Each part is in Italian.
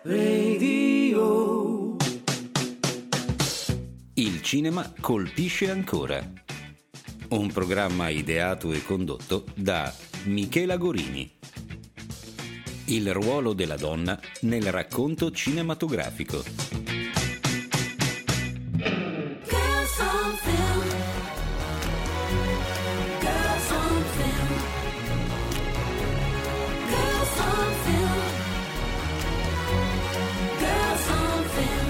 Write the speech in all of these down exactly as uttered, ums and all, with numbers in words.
Radio. Il cinema colpisce ancora. Un programma ideato e condotto da Michela Gorini. Il ruolo della donna nel racconto cinematografico. Girls on film. Girls on film. Girls on film. Girls on film.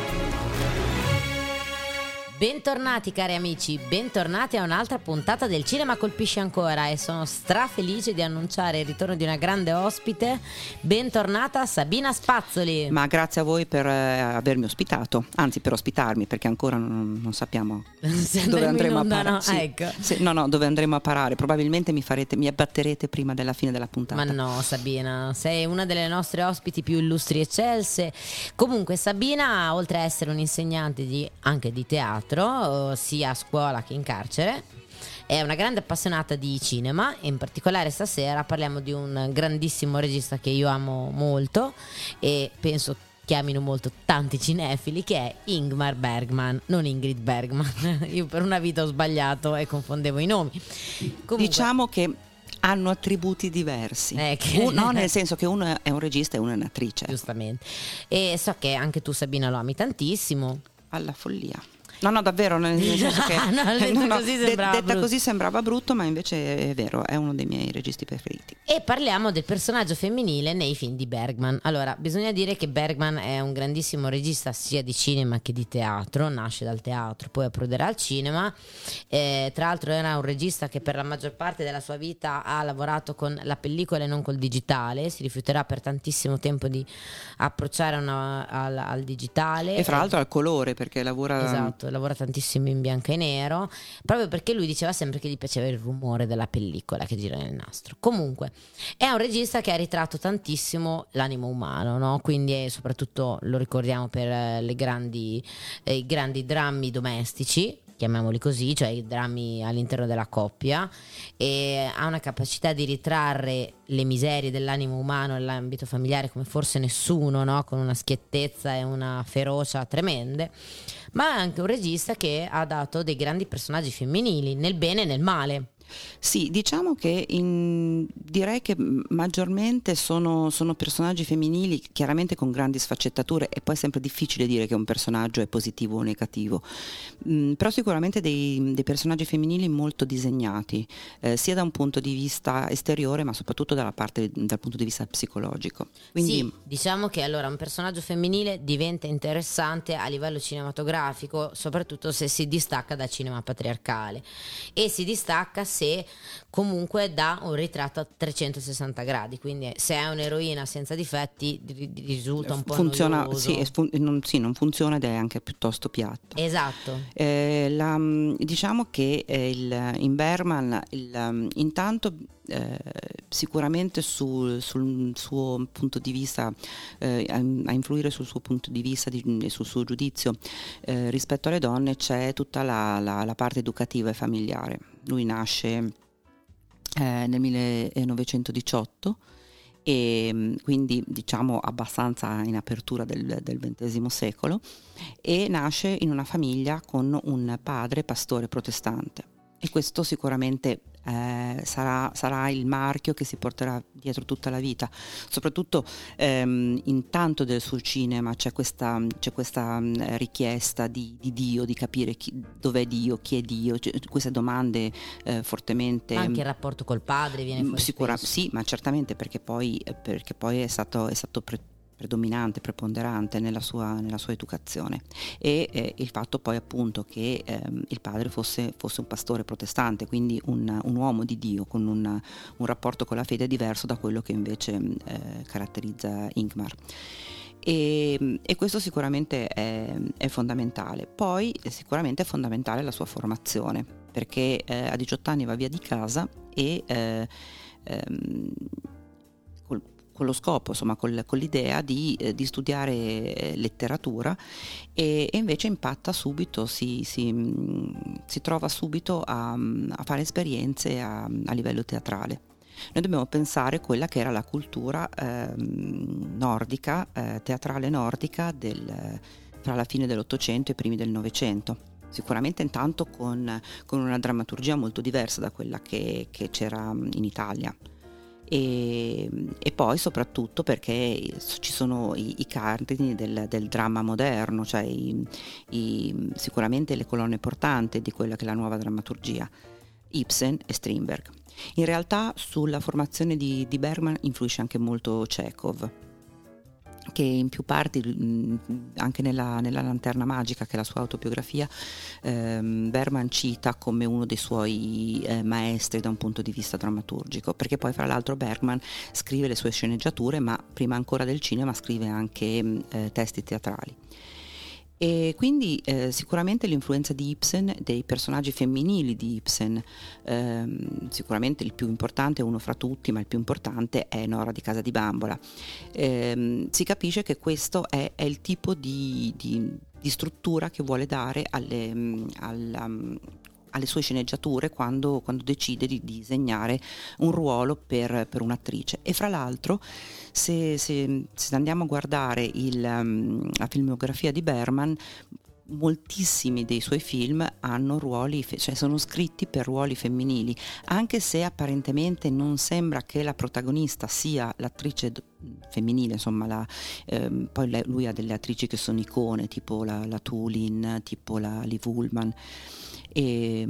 Bentornati cari amici, bentornati a un'altra puntata del Cinema Colpisce Ancora e sono strafelice di annunciare il ritorno di una grande ospite. Bentornata Sabina Spazzoli. Ma grazie a voi per eh, avermi ospitato, anzi per ospitarmi, perché ancora non, non sappiamo Se dove andremo onda, a parare. no? Sì. Ecco. Sì, no, no, dove andremo a parare. Probabilmente mi farete, mi abbatterete prima della fine della puntata. Ma no Sabina, sei una delle nostre ospiti più illustri e eccelse. Comunque Sabina, oltre a essere un'insegnante di, anche di teatro, sia a scuola che in carcere, è una grande appassionata di cinema e in particolare stasera parliamo di un grandissimo regista che io amo molto e penso chiamino molto tanti cinefili, che è Ingmar Bergman, non Ingrid Bergman. Io per una vita ho sbagliato e confondevo i nomi. Comunque, diciamo che hanno attributi diversi, Eh, che- Un- no, nel senso che uno è un regista e uno è un'attrice. giustamente. E so che anche tu Sabina lo ami tantissimo. Alla follia. No, no, davvero, nel senso che No, detta così de- sembrava detta brutto. così sembrava brutto, ma invece è vero, è uno dei miei registi preferiti. E parliamo del personaggio femminile nei film di Bergman. Allora, bisogna dire che Bergman è un grandissimo regista sia di cinema che di teatro, nasce dal teatro, poi approderà al cinema. Eh, tra l'altro era un regista che per la maggior parte della sua vita ha lavorato con la pellicola e non col digitale, si rifiuterà per tantissimo tempo di approcciare una- al, al digitale. E fra l'altro al colore, perché lavora. Esatto, lavora tantissimo in bianco e nero, proprio perché lui diceva sempre che gli piaceva il rumore della pellicola che gira nel nastro. Comunque è un regista che ha ritratto tantissimo l'animo umano, no? Quindi è, soprattutto lo ricordiamo per eh, le grandi, eh, i grandi drammi domestici, chiamiamoli così, cioè i drammi all'interno della coppia, e ha una capacità di ritrarre le miserie dell'animo umano nell'ambito familiare come forse nessuno, no? Con una schiettezza e una ferocia tremende, ma è anche un regista che ha dato dei grandi personaggi femminili nel bene e nel male. Sì, diciamo che in- direi che maggiormente sono, sono personaggi femminili, chiaramente con grandi sfaccettature, e poi è sempre difficile dire che un personaggio è positivo o negativo. Mm, però sicuramente dei, dei personaggi femminili molto disegnati, eh, sia da un punto di vista esteriore, ma soprattutto dalla parte, dal punto di vista psicologico. Quindi Sì, diciamo che allora un personaggio femminile diventa interessante a livello cinematografico, soprattutto se si distacca dal cinema patriarcale, e si distacca se comunque dà un ritratto a trecentosessanta gradi, quindi se è un'eroina senza difetti ri- risulta un po' funziona, noioso. sì, è fun- non, sì, non funziona ed è anche piuttosto piatta. Esatto. Eh, la, diciamo che eh, il, in Bergman il, um, intanto eh, sicuramente sul, sul suo punto di vista, eh, a, a influire sul suo punto di vista di, e sul suo giudizio eh, rispetto alle donne c'è tutta la, la, la parte educativa e familiare. Lui nasce eh, nel millenovecentodiciotto e mh, quindi diciamo abbastanza in apertura del, del ventesimo secolo, e nasce in una famiglia con un padre pastore protestante, e questo sicuramente eh, sarà, sarà il marchio che si porterà dietro tutta la vita. Soprattutto ehm, intanto del suo cinema c'è questa, c'è questa mh, richiesta di, di Dio, di capire chi, dov'è Dio, chi è Dio, cioè, queste domande eh, fortemente. Anche il rapporto col padre viene fuori Sicura, spesso. sì, ma certamente perché poi, perché poi è stato, è stato pre- predominante, preponderante nella sua, nella sua educazione, e eh, il fatto poi appunto che ehm, il padre fosse, fosse un pastore protestante, quindi un, un uomo di Dio con un, un rapporto con la fede diverso da quello che invece eh, caratterizza Ingmar. E, e questo sicuramente è, è fondamentale. Poi eh, sicuramente è fondamentale la sua formazione, perché eh, a diciotto anni va via di casa e eh, ehm, col, con lo scopo, insomma, col, con l'idea di, eh, di studiare eh, letteratura, e, e invece impatta subito, si, si, mh, si trova subito a, a fare esperienze a, a livello teatrale. Noi dobbiamo pensare a quella che era la cultura ehm, nordica, eh, teatrale nordica del, fra la fine dell'Ottocento e i primi del Novecento. Sicuramente intanto con, con una drammaturgia molto diversa da quella che, che c'era in Italia. E, e poi soprattutto perché ci sono i, i cardini del, del dramma moderno, cioè i, i, sicuramente le colonne portanti di quella che è la nuova drammaturgia, Ibsen e Strindberg. In realtà sulla formazione di, di Bergman influisce anche molto Chekhov, che in più parti, anche nella, nella Lanterna Magica, che è la sua autobiografia, ehm, Bergman cita come uno dei suoi eh, maestri da un punto di vista drammaturgico, perché poi fra l'altro Bergman scrive le sue sceneggiature, ma prima ancora del cinema scrive anche eh, testi teatrali. E quindi eh, sicuramente l'influenza di Ibsen, dei personaggi femminili di Ibsen, ehm, sicuramente il più importante, uno fra tutti, ma il più importante è Nora di Casa di Bambola. Ehm, si capisce che questo è, è il tipo di, di, di struttura che vuole dare alle, alla, alle sue sceneggiature quando, quando decide di disegnare un ruolo per, per un'attrice. E fra l'altro se, se, se andiamo a guardare il, um, la filmografia di Bergman, moltissimi dei suoi film hanno ruoli, cioè sono scritti per ruoli femminili, anche se apparentemente non sembra che la protagonista sia l'attrice femminile, insomma la, ehm, poi lui ha delle attrici che sono icone, tipo la, la Tulin, tipo la Liv Ullmann, e,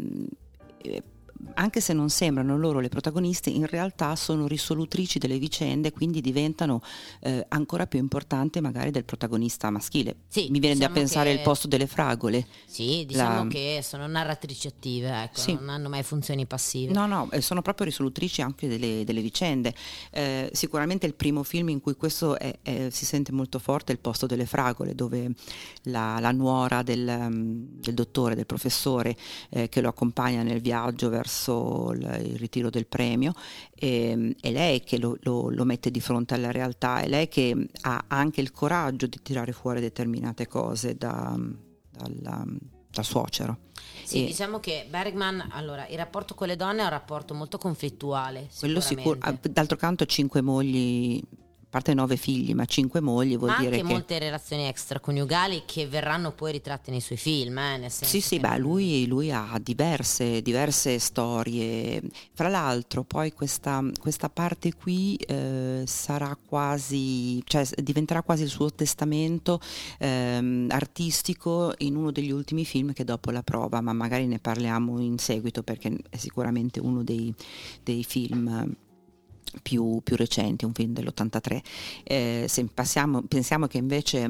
e anche se non sembrano loro le protagoniste, in realtà sono risolutrici delle vicende, quindi diventano eh, ancora più importanti magari del protagonista maschile. Sì, mi viene diciamo da pensare che... Il posto delle fragole. Sì, diciamo La... che sono narratrici attive, ecco, sì. non hanno mai funzioni passive. No, no, sono proprio risolutrici anche delle, delle vicende. Eh, sicuramente il primo film in cui questo è, è, si sente molto forte è Il posto delle fragole, dove la, la nuora del, del dottore, del professore, eh, che lo accompagna nel viaggio verso il ritiro del premio, e, è lei che lo, lo, lo mette di fronte alla realtà, è lei che ha anche il coraggio di tirare fuori determinate cose da, dalla, dal suocero. Sì, e, diciamo che Bergman, allora, il rapporto con le donne è un rapporto molto conflittuale, quello sicuro. D'altro canto cinque mogli, a parte nove figli, ma cinque mogli vuol ma dire anche che molte relazioni extraconiugali che verranno poi ritratte nei suoi film, eh, nel senso sì sì che beh non... lui, lui ha diverse diverse storie. Fra l'altro poi questa, questa parte qui eh, sarà quasi, cioè diventerà quasi il suo testamento ehm, artistico in uno degli ultimi film che dopo La prova, ma magari ne parliamo in seguito perché è sicuramente uno dei, dei film Più, più recenti, un film dell'ottantatré. Eh, se passiamo, pensiamo che invece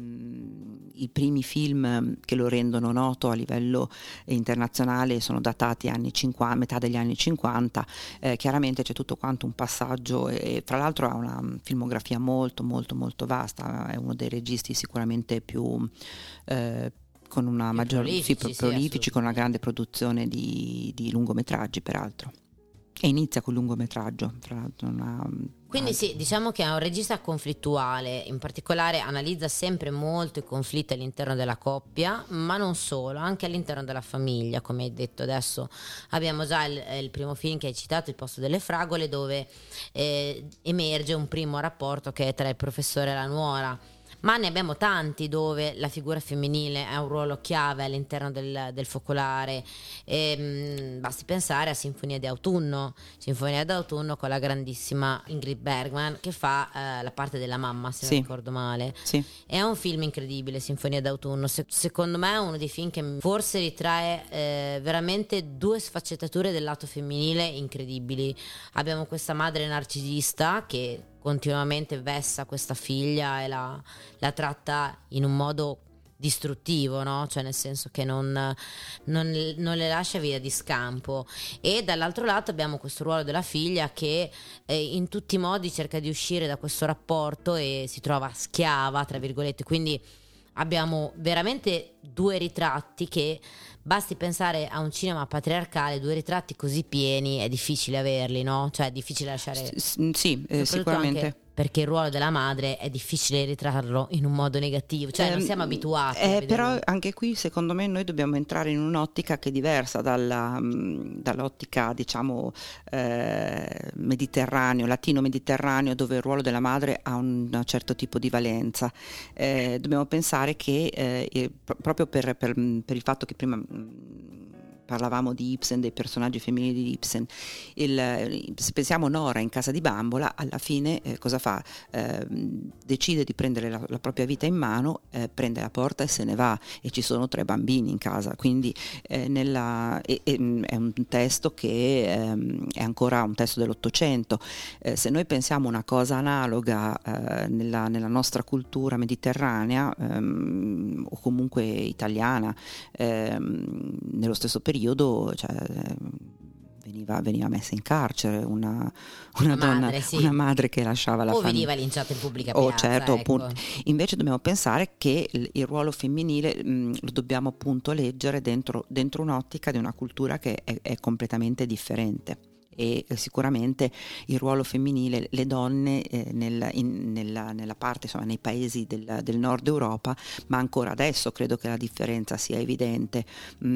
mh, i primi film che lo rendono noto a livello internazionale sono datati anni cinquanta, metà degli anni cinquanta, eh, chiaramente c'è tutto quanto un passaggio, e fra l'altro ha una filmografia molto molto molto vasta, è uno dei registi sicuramente più eh, con una Più maggior prolifici, sì, sì, prolifici, con una grande produzione di, di lungometraggi peraltro. E inizia col lungometraggio, fra l'altro una... Quindi sì, diciamo che è un regista conflittuale, in particolare analizza sempre molto i conflitti all'interno della coppia, ma non solo, anche all'interno della famiglia, come hai detto adesso. Abbiamo già il, il primo film che hai citato, Il posto delle fragole, dove eh, emerge un primo rapporto che è tra il professore e la nuora. Ma ne abbiamo tanti dove la figura femminile ha un ruolo chiave all'interno del, del focolare. E, mh, basti pensare a Sinfonia di autunno, Sinfonia d'autunno con la grandissima Ingrid Bergman che fa eh, la parte della mamma, se sì. non ricordo male. Sì. È un film incredibile, Sinfonia d'autunno. Se, secondo me è uno dei film che forse ritrae eh, veramente due sfaccettature del lato femminile incredibili. Abbiamo questa madre narcisista che continuamente vessa questa figlia e la, la tratta in un modo distruttivo, no? Cioè nel senso che non, non, non le lascia via di scampo, e dall'altro lato abbiamo questo ruolo della figlia che eh, in tutti i modi cerca di uscire da questo rapporto e si trova schiava, tra virgolette, quindi abbiamo veramente due ritratti che basti pensare a un cinema patriarcale, due ritratti così pieni è difficile averli, no? Cioè è difficile lasciare S- sì, eh, sicuramente anche perché il ruolo della madre è difficile ritrarlo in un modo negativo, cioè non Ehm, siamo abituati a eh, vederlo. però anche qui secondo me noi dobbiamo entrare in un'ottica che è diversa dalla, mh, dall'ottica diciamo eh, mediterraneo, latino-mediterraneo, dove il ruolo della madre ha un, un certo tipo di valenza. Eh, dobbiamo pensare che eh, eh, pro- proprio per, per, per il fatto che prima mh, parlavamo di Ibsen, dei personaggi femminili di Ibsen, il, se pensiamo Nora in Casa di Bambola, alla fine eh, cosa fa? Eh, decide di prendere la, la propria vita in mano, eh, prende la porta e se ne va, e ci sono tre bambini in casa, quindi eh, nella, e, e, è un testo che ehm, è ancora un testo dell'Ottocento. Eh, se noi pensiamo una cosa analoga eh, nella, nella nostra cultura mediterranea ehm, o comunque italiana, ehm, nello stesso periodo, cioè, veniva, veniva messa in carcere una, una, Una donna, madre, sì. una madre che lasciava la o famiglia. veniva linciata in pubblica Oh, piazza, certo, ecco. appunto. Invece dobbiamo pensare che il, il ruolo femminile mh, lo dobbiamo appunto leggere dentro, dentro un'ottica di una cultura che è, è completamente differente. E sicuramente il ruolo femminile, le donne eh, nel, in, nella, nella parte, insomma, nei paesi del, del nord Europa, ma ancora adesso credo che la differenza sia evidente,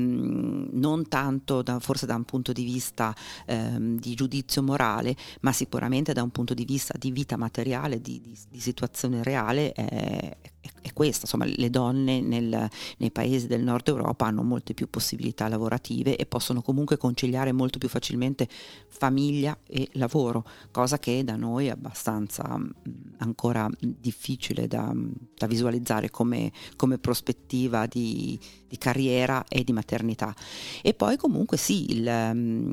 mm, non tanto da, forse da un punto di vista ehm, di giudizio morale, ma sicuramente da un punto di vista di vita materiale, di, di, di situazione reale. È, è questa, insomma, le donne nel, nei paesi del nord Europa hanno molte più possibilità lavorative e possono comunque conciliare molto più facilmente famiglia e lavoro, cosa che da noi è abbastanza mh, ancora difficile da, da visualizzare come, come prospettiva di, di carriera e di maternità. E poi comunque sì, il um,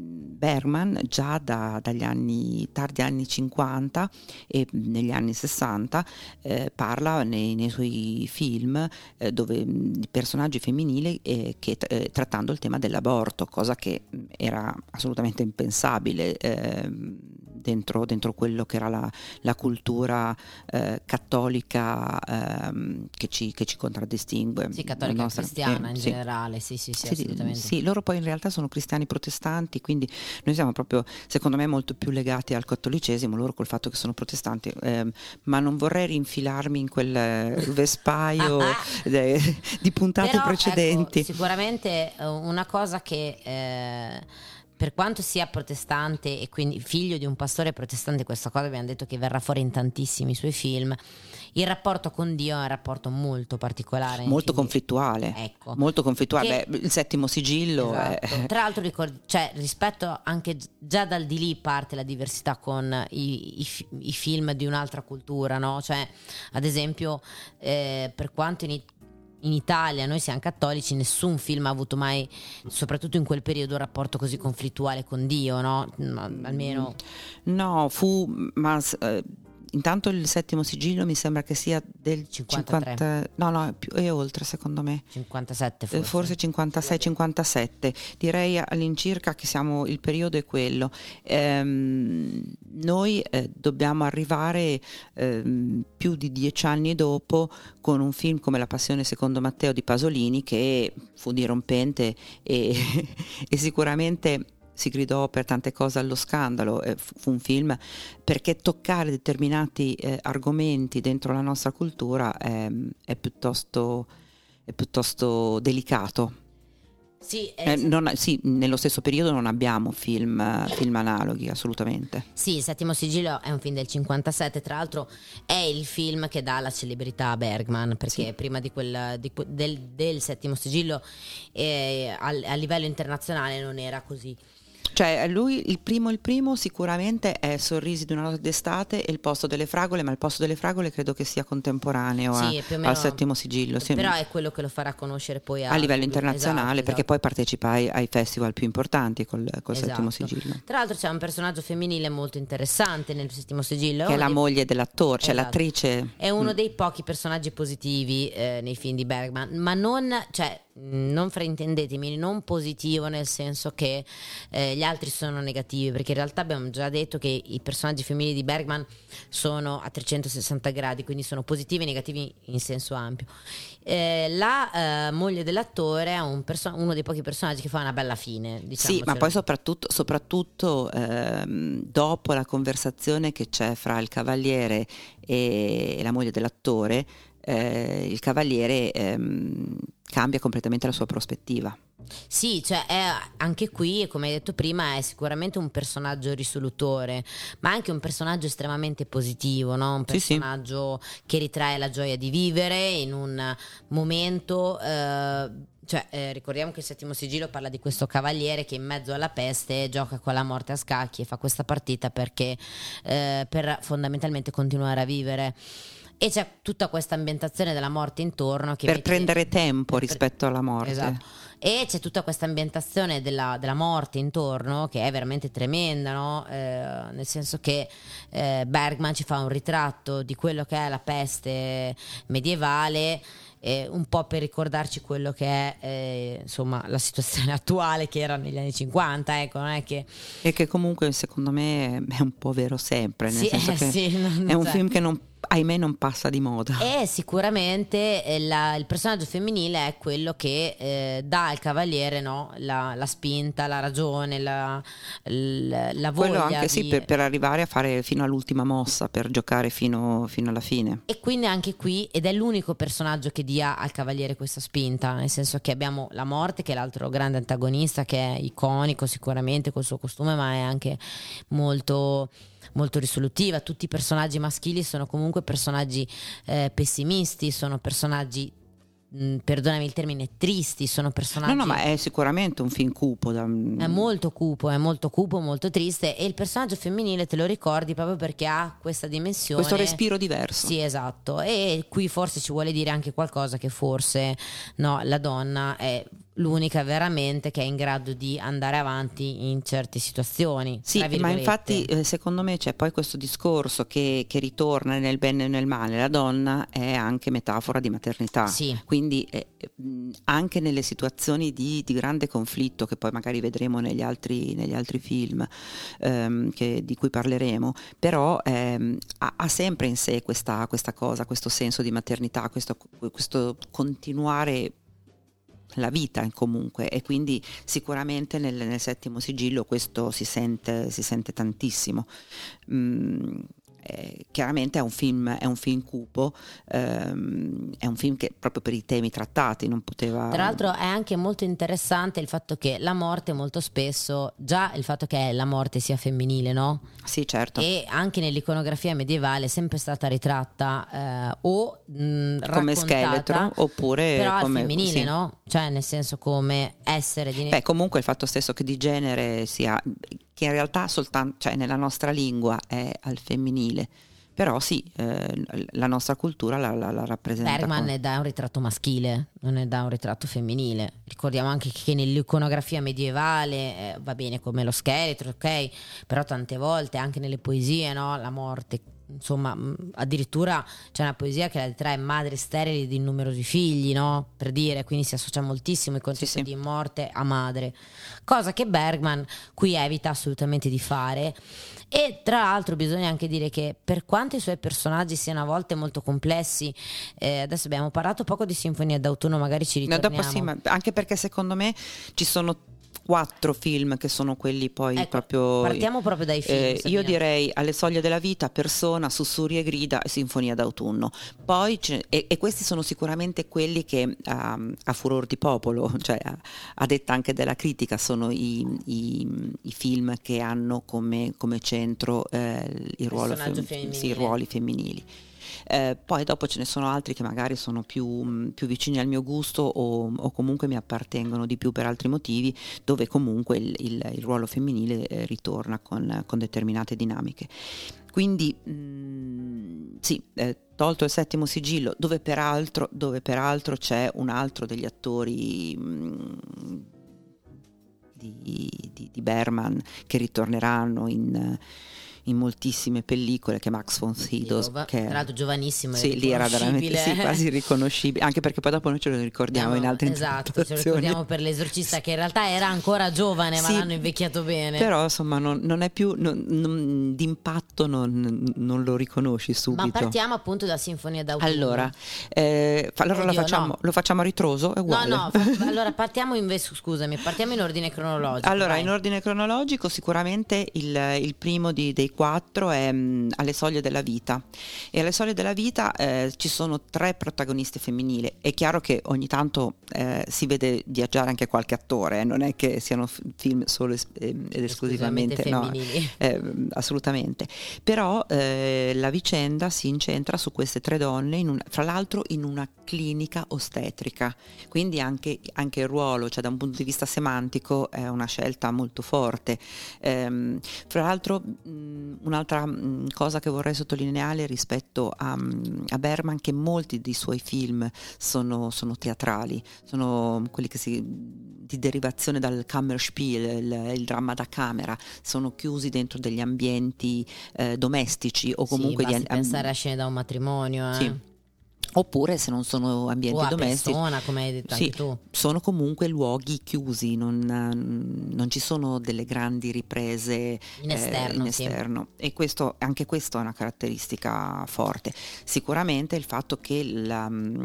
Bergman già da, dagli anni tardi anni cinquanta e negli anni sessanta eh, parla nei, nei suoi film eh, dove di personaggi femminili eh, che eh, trattando il tema dell'aborto, cosa che era assolutamente impensabile eh, dentro, dentro quello che era la, la cultura eh, cattolica eh, che, ci, che ci contraddistingue. Sì, cattolica nostra, cristiana sì, in sì. generale, sì, sì, sì, Sì, assolutamente. sì, loro poi in realtà sono cristiani protestanti, quindi noi siamo proprio, secondo me, molto più legati al cattolicesimo, loro col fatto che sono protestanti, ehm, ma non vorrei rinfilarmi in quel eh, vespaio de- di puntate Però, precedenti. ecco, sicuramente eh, una cosa che eh, per quanto sia protestante e quindi figlio di un pastore protestante, questa cosa abbiamo detto che verrà fuori in tantissimi suoi film, il rapporto con Dio è un rapporto molto particolare, Molto film. conflittuale, Ecco. molto conflittuale. Che- Beh, il settimo sigillo Esatto. è... Tra l'altro ricord- cioè, rispetto anche gi- già dal di lì parte la diversità con i, i fi- i film di un'altra cultura, no? Cioè, ad esempio, eh, per quanto in, It- in Italia noi siamo cattolici, nessun film ha avuto mai, soprattutto in quel periodo, un rapporto così conflittuale con Dio, no? Ma- almeno No, fu... ma eh, intanto il settimo sigillo mi sembra che sia del cinquantatré. cinquanta, no, no, è, più, è oltre secondo me. cinquantasette Eh, forse. Forse cinquantasei cinquantasette, direi all'incirca che siamo, il periodo è quello. Ehm, noi eh, dobbiamo arrivare ehm, più di dieci anni dopo con un film come La Passione secondo Matteo di Pasolini, che fu dirompente e, e sicuramente si gridò per tante cose allo scandalo. Eh, fu fu un film perché toccare determinati eh, argomenti dentro la nostra cultura è, è piuttosto è piuttosto delicato. Sì, eh, Eh, non- sì, nello stesso periodo non abbiamo film, eh, film analoghi, assolutamente. Sì, Il Settimo Sigillo è un film del cinquantasette, tra l'altro è il film che dà la celebrità a Bergman, perché Sì. prima di quel, di que- del, del Settimo Sigillo eh, a, a livello internazionale non era così. Cioè, lui il primo il primo sicuramente è Sorrisi di una notte d'estate e Il posto delle fragole, ma Il posto delle fragole credo che sia contemporaneo a- Sì, è più o meno- al settimo sigillo. Sì. Però è quello che lo farà conoscere poi A livello al pubblico. internazionale, Esatto, perché esatto. poi partecipa ai, ai festival più importanti col, col Esatto. settimo sigillo. Tra l'altro c'è un personaggio femminile molto interessante nel Settimo Sigillo, Che è uno la dei- moglie dell'attore, cioè Esatto. l'attrice. È uno Mm. dei pochi personaggi positivi eh, nei film di Bergman, ma non, cioè, mh, non fraintendetemi, non positivo nel senso che eh, gli altri sono negativi, perché in realtà abbiamo già detto che i personaggi femminili di Bergman sono a trecentosessanta gradi, quindi sono positivi e negativi in senso ampio. Eh, la eh, moglie dell'attore è un perso- uno dei pochi personaggi che fa una bella fine, diciamo. Sì, ma poi soprattutto, soprattutto ehm, dopo la conversazione che c'è fra il cavaliere e la moglie dell'attore, eh, il cavaliere ehm, cambia completamente la sua prospettiva. Sì, cioè è, anche qui, come hai detto prima, è sicuramente un personaggio risolutore, ma anche un personaggio estremamente positivo, no? Un Sì, sì. personaggio che ritrae la gioia di vivere in un momento... Eh, cioè, eh, ricordiamo che il Settimo Sigillo parla di questo cavaliere che in mezzo alla peste gioca con la morte a scacchi e fa questa partita perché eh, per fondamentalmente continuare a vivere. E c'è tutta questa ambientazione della morte intorno che Per mette- prendere tempo per- rispetto alla morte. Esatto. E c'è tutta questa ambientazione della, della morte intorno che è veramente tremenda, no? Eh, nel senso che eh, Bergman ci fa un ritratto di quello che è la peste medievale, eh, un po' per ricordarci quello che è eh, insomma la situazione attuale che era negli anni cinquanta, ecco, non è che... E che comunque secondo me è un po' vero sempre, nel Sì, senso eh, che sì, non- è un cioè- film che non, ahimè, non passa di moda. E sicuramente eh, la- il personaggio femminile è quello che eh, dà al cavaliere, no, la, la spinta, la ragione, la, la, la voglia Quello anche sì, di- per, per arrivare a fare fino all'ultima mossa, per giocare fino, fino alla fine. E quindi anche qui, ed è l'unico personaggio che dia al cavaliere questa spinta, nel senso che abbiamo la morte, che è l'altro grande antagonista, che è iconico sicuramente col suo costume, ma è anche molto... molto risolutiva. Tutti i personaggi maschili sono comunque personaggi eh, pessimisti, sono personaggi mh, perdonami il termine, tristi, sono personaggi... No, no, ma è sicuramente un film cupo. Da... È molto cupo, è molto cupo, molto triste, e il personaggio femminile te lo ricordi proprio perché ha questa dimensione, Questo respiro diverso. Sì, esatto. E qui forse ci vuole dire anche qualcosa che forse no, la donna è l'unica veramente che è in grado di andare avanti in certe situazioni. Sì, tra ma virgolette. infatti eh, secondo me c'è poi questo discorso che, che ritorna nel bene e nel male. La donna è anche metafora di maternità. Sì. Quindi eh, mh, anche nelle situazioni di, di grande conflitto, che poi magari vedremo negli altri, negli altri film ehm, che, di cui parleremo, però ehm, ha, ha sempre in sé questa, questa cosa, questo senso di maternità, questo, questo continuare la vita comunque, e quindi sicuramente nel, nel Settimo Sigillo questo si sente, si sente tantissimo. Mm, eh, chiaramente è un film, è un film cupo, ehm, è un film che proprio per i temi trattati non poteva... Tra l'altro è anche molto interessante il fatto che la morte molto spesso, già il fatto che la morte sia femminile, no? Sì, certo. E anche nell'iconografia medievale è sempre stata ritratta eh, o mh, Come raccontata, scheletro, oppure però come- al femminile, sì. no? Cioè nel senso come essere di... Beh, comunque il fatto stesso che di genere sia, che in realtà soltanto, cioè nella nostra lingua è al femminile, però sì, eh, la nostra cultura la, la, la rappresenta. Bergman con- è da un ritratto maschile, non è da un ritratto femminile. Ricordiamo anche che nell'iconografia medievale eh, va bene come lo scheletro, ok, però tante volte anche nelle poesie, no? La morte, insomma, mh, addirittura c'è una poesia che la trae madre sterile di numerosi figli, no? Per dire, quindi si associa moltissimo il concetto Sì, sì. di morte a madre, cosa che Bergman qui evita assolutamente di fare. E tra l'altro bisogna anche dire che per quanto i suoi personaggi siano a volte molto complessi, eh, adesso abbiamo parlato poco di Sinfonia d'autunno, magari ci No, ritorniamo. dopo sì, ma anche perché secondo me ci sono quattro film che sono quelli poi Ecco, proprio... partiamo proprio dai film, Eh, Sabina. io direi Alle soglie della vita, Persona, Sussurri e grida e Sinfonia d'autunno. Poi ce- e, e questi sono sicuramente quelli che a, a furor di popolo, cioè a, a detta anche della critica, sono i, i- i film che hanno come, come centro eh, il ruolo Personaggio fem- femminile. sì, i ruoli femminili. Eh, poi dopo ce ne sono altri che magari sono più, più vicini al mio gusto o, o comunque mi appartengono di più per altri motivi, dove comunque il, il- il ruolo femminile eh, ritorna con, con determinate dinamiche. Quindi mh, sì, eh, tolto il Settimo Sigillo, dove peraltro, dove peraltro c'è un altro degli attori mh, di, di, di Bergman che ritorneranno in, in moltissime pellicole, che è Max von Sydow, Sydow, che tra l'altro giovanissimo e sì, lì era veramente riconoscibile. sì, quasi riconoscibile, anche perché poi dopo noi ce lo ricordiamo in altre esatto, ce lo interpretazioni. ricordiamo per l'esorcista, che in realtà era ancora giovane, ma Sì, l'hanno invecchiato bene. Però insomma non, non è più non, non, d'impatto non, non lo riconosci subito. Ma partiamo appunto da Sinfonia d'autunno. Allora, eh, fa- allora Oddio, la facciamo, no. lo facciamo a ritroso? È No, uguale. no, fa- allora partiamo invece, scusami, partiamo in ordine cronologico. Allora, vai. in ordine cronologico, sicuramente il, il primo di- dei quattro è mh, Alle soglie della vita. E alle soglie della vita eh, ci sono tre protagoniste femminili. È chiaro che ogni tanto eh, si vede viaggiare anche qualche attore, eh, non è che siano f- film solo es- eh, ed esclusivamente, no, femminili. eh, assolutamente. Però eh, la vicenda si incentra su queste tre donne, in un- fra l'altro in una clinica ostetrica, quindi anche, anche il ruolo, cioè da un punto di vista semantico, è una scelta molto forte. Ehm, fra l'altro mh, un'altra mh, cosa che vorrei sottolineare rispetto a, mh, a Bergman, che molti dei suoi film sono, sono teatrali, sono quelli che si di derivazione dal Kammerspiel, il, il dramma da camera, sono chiusi dentro degli ambienti eh, domestici o comunque sì, di basti pensare a scene da un matrimonio, eh. sì. Oppure se non sono ambienti o a domestici, persona, come hai detto sì, anche tu. sono comunque luoghi chiusi, non, non ci sono delle grandi riprese In esterno, eh, in sì. esterno. E questo, anche questo è una caratteristica forte. Sicuramente il fatto che la,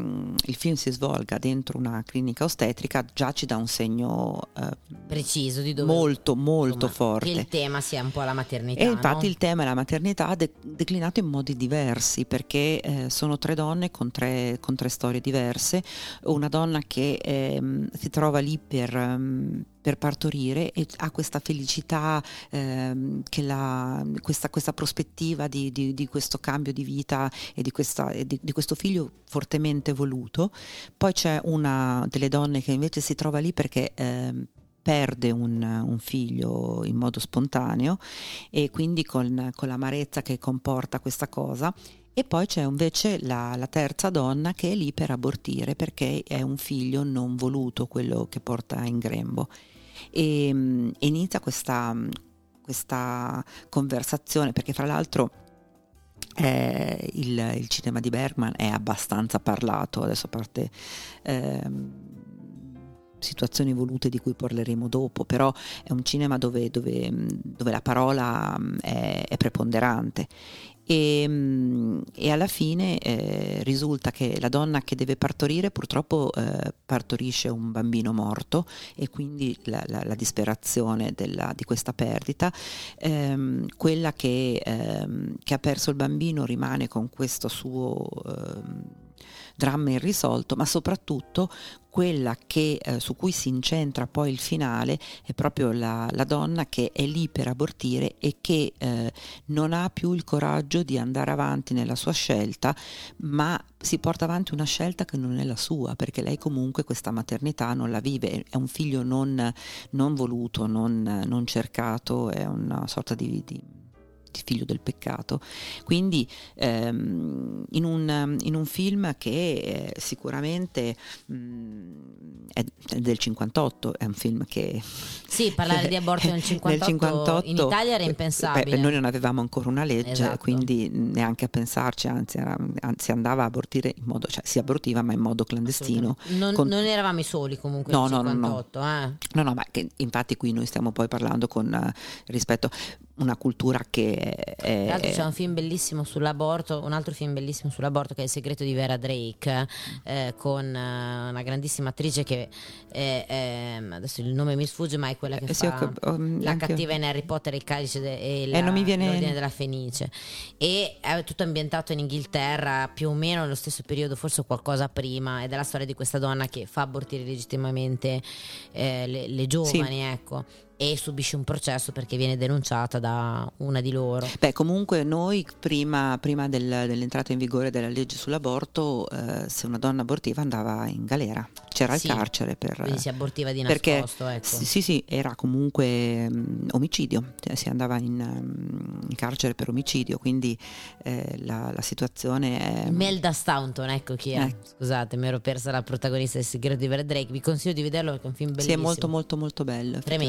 il film si svolga dentro una clinica ostetrica già ci dà un segno eh, Preciso di dove molto molto insomma, forte. che il tema sia un po' la maternità, E infatti no? il tema è la maternità de- declinato in modi diversi, perché eh, sono tre donne con tre, con tre storie diverse. Una donna che ehm, si trova lì per, ehm, per partorire e ha questa felicità, ehm, che la, questa, questa prospettiva di, di, di questo cambio di vita e di, questa, e di, di questo figlio fortemente voluto. Poi c'è una delle donne che invece si trova lì perché ehm, perde un, un figlio in modo spontaneo, e quindi con, con l'amarezza che comporta questa cosa. E poi c'è invece la, la terza donna che è lì per abortire, perché è un figlio non voluto quello che porta in grembo. E, e inizia questa, questa conversazione, perché fra l'altro eh, il, il cinema di Bergman è abbastanza parlato, adesso a parte ehm, situazioni volute di cui parleremo dopo, però è un cinema dove, dove, dove la parola è, è preponderante. E, e alla fine eh, risulta che la donna che deve partorire purtroppo eh, partorisce un bambino morto, e quindi la, la, la disperazione della, di questa perdita, ehm, quella che, ehm, che ha perso il bambino rimane con questo suo ehm, dramma irrisolto, ma soprattutto quella che, eh, su cui si incentra poi il finale è proprio la, la donna che è lì per abortire e che eh, non ha più il coraggio di andare avanti nella sua scelta, ma si porta avanti una scelta che non è la sua, perché lei comunque questa maternità non la vive, è un figlio non, non voluto, non, non cercato, è una sorta di, di figlio del peccato. Quindi ehm, in, un, in un film che eh, sicuramente mh, è, è del cinquantotto, è un film che Sì, parlare di aborto nel cinquantotto, nel cinquantotto in Italia era impensabile. Beh, noi non avevamo ancora una legge, Esatto. quindi neanche a pensarci, anzi, era, anzi andava a abortire in modo, cioè si abortiva ma in modo clandestino. Non, con- non eravamo i soli comunque No, nel no, no, no. cinquantotto, eh. No, no, ma che, infatti qui noi stiamo poi parlando con eh, rispetto una cultura che è, Tra l'altro c'è un film bellissimo sull'aborto, un altro film bellissimo sull'aborto che è Il segreto di Vera Drake, eh, con eh, una grandissima attrice che è, è- adesso il nome mi sfugge, ma è quella che Eh sì, fa ho- um, la anche- cattiva in Harry Potter, il calice de- e la- Eh, non mi viene- l'ordine della Fenice, e è tutto ambientato in Inghilterra più o meno nello stesso periodo, forse qualcosa prima, ed è la storia di questa donna che fa abortire legittimamente eh, le, le giovani, ecco, e subisce un processo perché viene denunciata da una di loro. Beh, comunque noi prima, prima del- dell'entrata in vigore della legge sull'aborto, eh, se una donna abortiva andava in galera, c'era Sì, il carcere per... quindi si abortiva di perché nascosto, ecco. sì, sì, sì, era comunque mm, omicidio, cioè si andava in, mm, in carcere per omicidio, quindi eh, la, la situazione è... Imelda Staunton, ecco chi è. Eh. Scusate, mi ero persa la protagonista del segreto di Vera Drake. Vi consiglio di vederlo perché è un film Sì, bellissimo. è molto molto molto bello. Tremendo, ma effettivamente.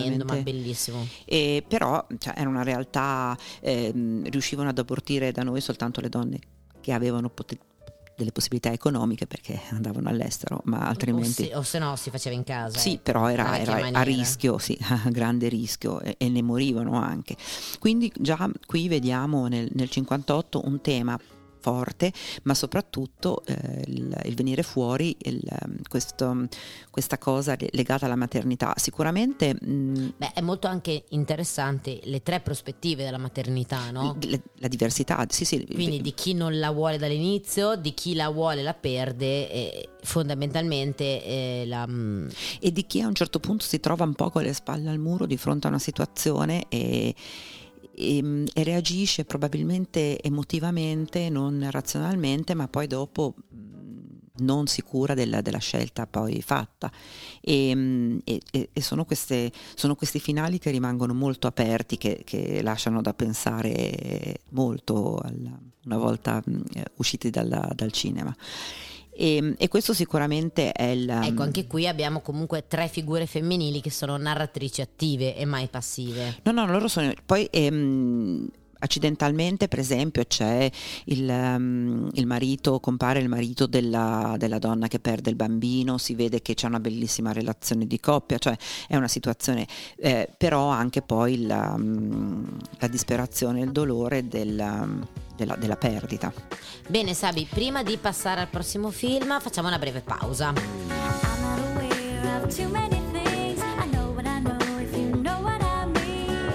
bellissimo. E però cioè, era una realtà, ehm, riuscivano ad abortire da noi soltanto le donne che avevano poten- delle possibilità economiche perché andavano all'estero, ma altrimenti... O, se, o se no si faceva in casa. Sì, eh. però La era, vecchia era a maniera. rischio, sì, a grande rischio e, e ne morivano anche. Quindi già qui vediamo nel, nel cinquantotto un tema forte, ma soprattutto eh, il, il venire fuori, il, questo, questa cosa legata alla maternità. Sicuramente mh, Beh, è molto anche interessante le tre prospettive della maternità, no? le- la diversità, sì, sì. Quindi di chi non la vuole dall'inizio, di chi la vuole la perde e fondamentalmente eh, la... mm, e di chi a un certo punto si trova un po' con le spalle al muro di fronte a una situazione e, e, e reagisce probabilmente emotivamente, non razionalmente, ma poi dopo mh, non sicura della, della scelta poi fatta. E, e, e sono, queste, sono questi finali che rimangono molto aperti, che, che lasciano da pensare molto alla- una volta mh, usciti dalla- dal cinema. E, e questo sicuramente è il... Ecco, anche qui abbiamo comunque tre figure femminili che sono narratrici attive e mai passive. No, no, loro sono... Poi ehm, accidentalmente, per esempio, c'è il, ehm, il marito, compare il marito della, della donna che perde il bambino, si vede che c'è una bellissima relazione di coppia, cioè è una situazione... eh, però anche poi la, mm, la disperazione, il dolore della, della, della perdita. Bene Sabi, prima di passare al prossimo film facciamo una breve pausa. I'm not aware of too many things. I know what I know if you know what I mean.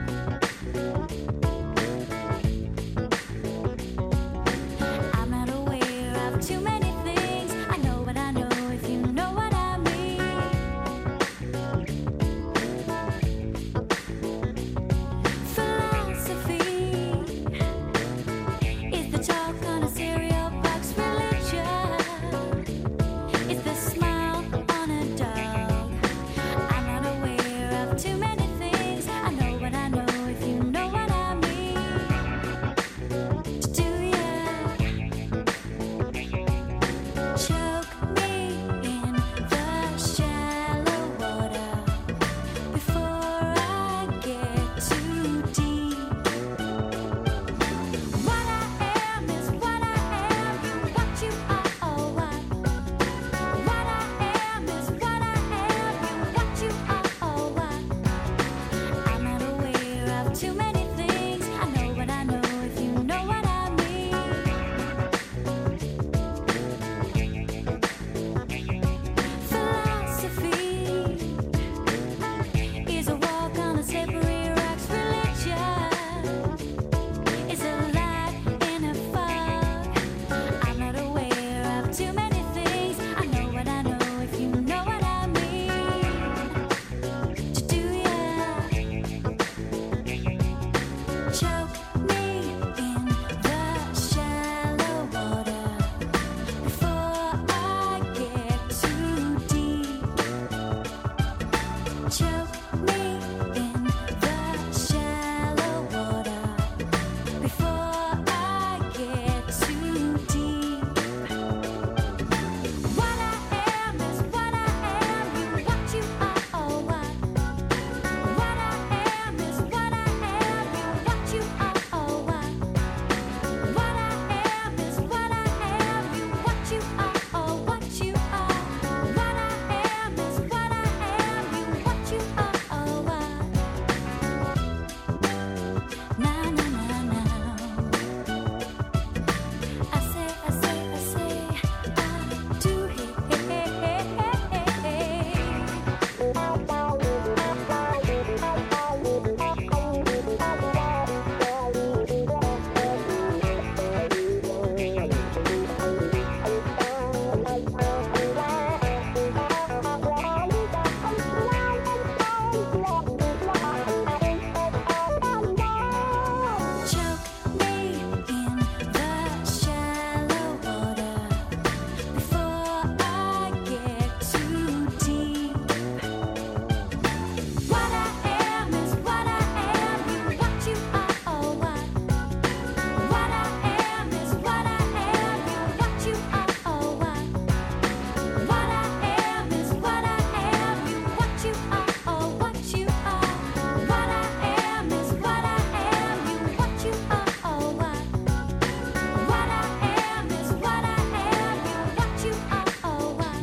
I'm not aware of too many things. I know what I know if you know what I mean. Philosophy is the talk on a cereal box. Religion is the smile on a dog.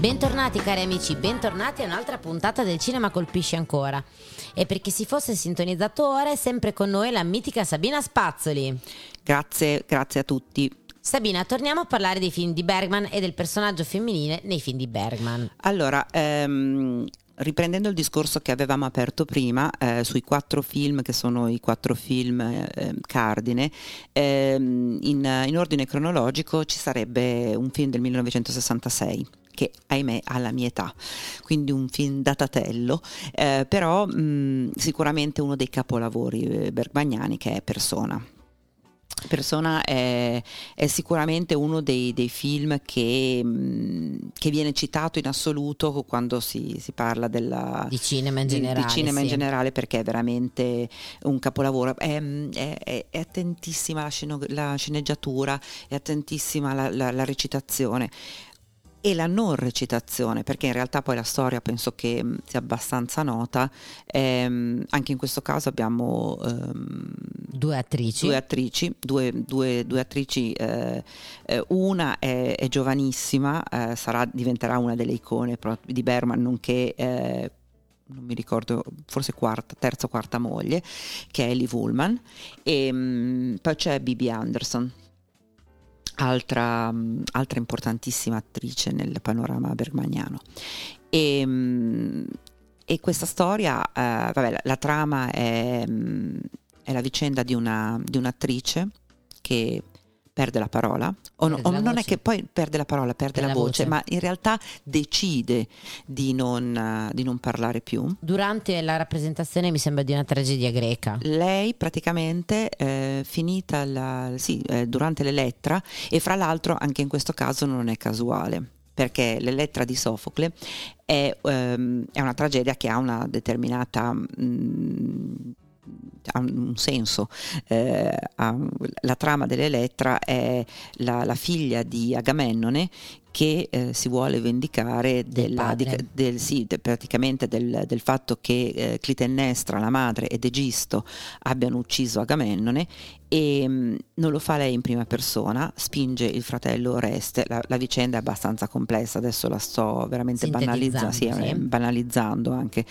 Bentornati cari amici, bentornati a un'altra puntata del Cinema Colpisce Ancora. E per chi si fosse sintonizzato ora, è sempre con noi la mitica Sabina Spazzoli. Grazie, grazie a tutti. Sabina, torniamo a parlare dei film di Bergman e del personaggio femminile nei film di Bergman. Allora, ehm, riprendendo il discorso che avevamo aperto prima eh, sui quattro film che sono i quattro film eh, cardine, ehm, in, in ordine cronologico ci sarebbe un film del millenovecentosessantasei che ahimè ha la mia età, quindi un film datatello, eh, però mh, sicuramente uno dei capolavori bergmaniani, che è Persona. Persona è, è sicuramente uno dei, dei film che, mh, che viene citato in assoluto quando si, si parla della, di cinema in di, generale, di cinema sì. in generale, perché è veramente un capolavoro. È, è, è, è attentissima la, sceno, la sceneggiatura, è attentissima la, la, la recitazione e la non recitazione, perché in realtà poi la storia penso che mh, sia abbastanza nota. Ehm, anche in questo caso abbiamo ehm, due attrici, due attrici, due, due, due attrici eh, eh, una è, è giovanissima, eh, sarà, diventerà una delle icone di Bergman, nonché eh, non mi ricordo, forse quarta, terza o quarta moglie, che è Ellie Woolman, e mh, poi c'è Bibi Anderson, Altra, altra importantissima attrice nel panorama bergmaniano. E, e questa storia, eh, vabbè, la, la trama è, è la vicenda di, una, di un'attrice che perde la parola, o, no, o non è che poi perde la parola, perde la, la voce, voce, ma in realtà decide di non, di non parlare più. Durante la rappresentazione, mi sembra, di una tragedia greca. Lei praticamente eh, finita la, sì, eh, durante l'Elettra, e fra l'altro anche in questo caso non è casuale, perché l'Elettra di Sofocle è, ehm, è una tragedia che ha una determinata mh, ha un senso. Eh, ha, la trama dell'Elettra è la, la figlia di Agamennone che eh, si vuole vendicare della, di, del, sì, de, praticamente del, del fatto che eh, Clitennestra, la madre, ed Egisto abbiano ucciso Agamennone, e mh, non lo fa lei in prima persona, spinge il fratello Oreste. La, la vicenda è abbastanza complessa, adesso la sto veramente banalizzando, sì, sì. banalizzando anche,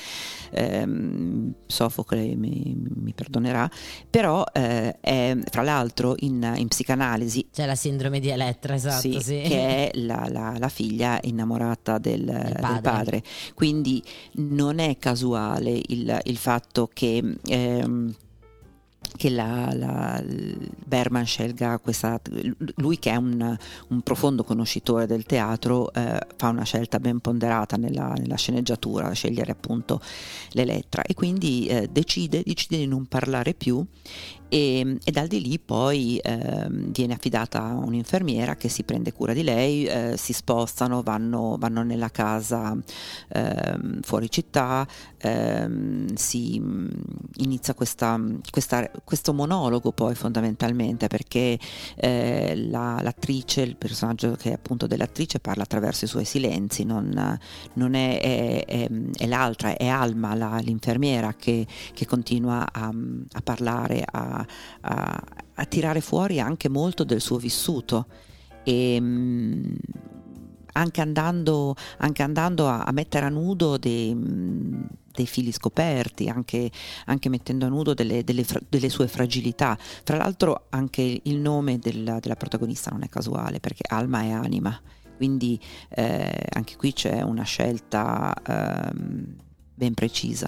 ehm, Sofocle mi, mi perdonerà, però eh, è, fra l'altro in, in psicanalisi c'è la sindrome di Elettra, esatto, sì, sì. che è la La, la figlia innamorata del, del, padre. del padre, quindi non è casuale il, il fatto che ehm, che la, la, Bergman scelga questa, lui che è un, un profondo conoscitore del teatro, eh, fa una scelta ben ponderata nella, nella sceneggiatura, scegliere appunto l'Elettra, e quindi eh, decide, decide di non parlare più, e, e dal di lì poi eh, viene affidata a un'infermiera che si prende cura di lei, eh, si spostano, vanno, vanno nella casa eh, fuori città, eh, si inizia questa, questa questo monologo poi fondamentalmente, perché eh, la, l'attrice, il personaggio che è appunto dell'attrice, parla attraverso i suoi silenzi, non, non è, è, è, è l'altra, è Alma, la, l'infermiera, che, che continua a, a parlare, a, a, a tirare fuori anche molto del suo vissuto, e mh, anche andando, anche andando a, a mettere a nudo dei, dei fili scoperti, anche, anche mettendo a nudo delle, delle, delle sue fragilità. Tra l'altro anche il nome della, della protagonista non è casuale, perché Alma è anima, quindi eh, anche qui c'è una scelta ehm, ben precisa.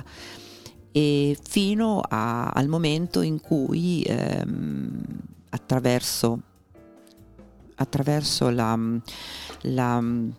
E fino a, al momento in cui ehm, attraverso attraverso la, la,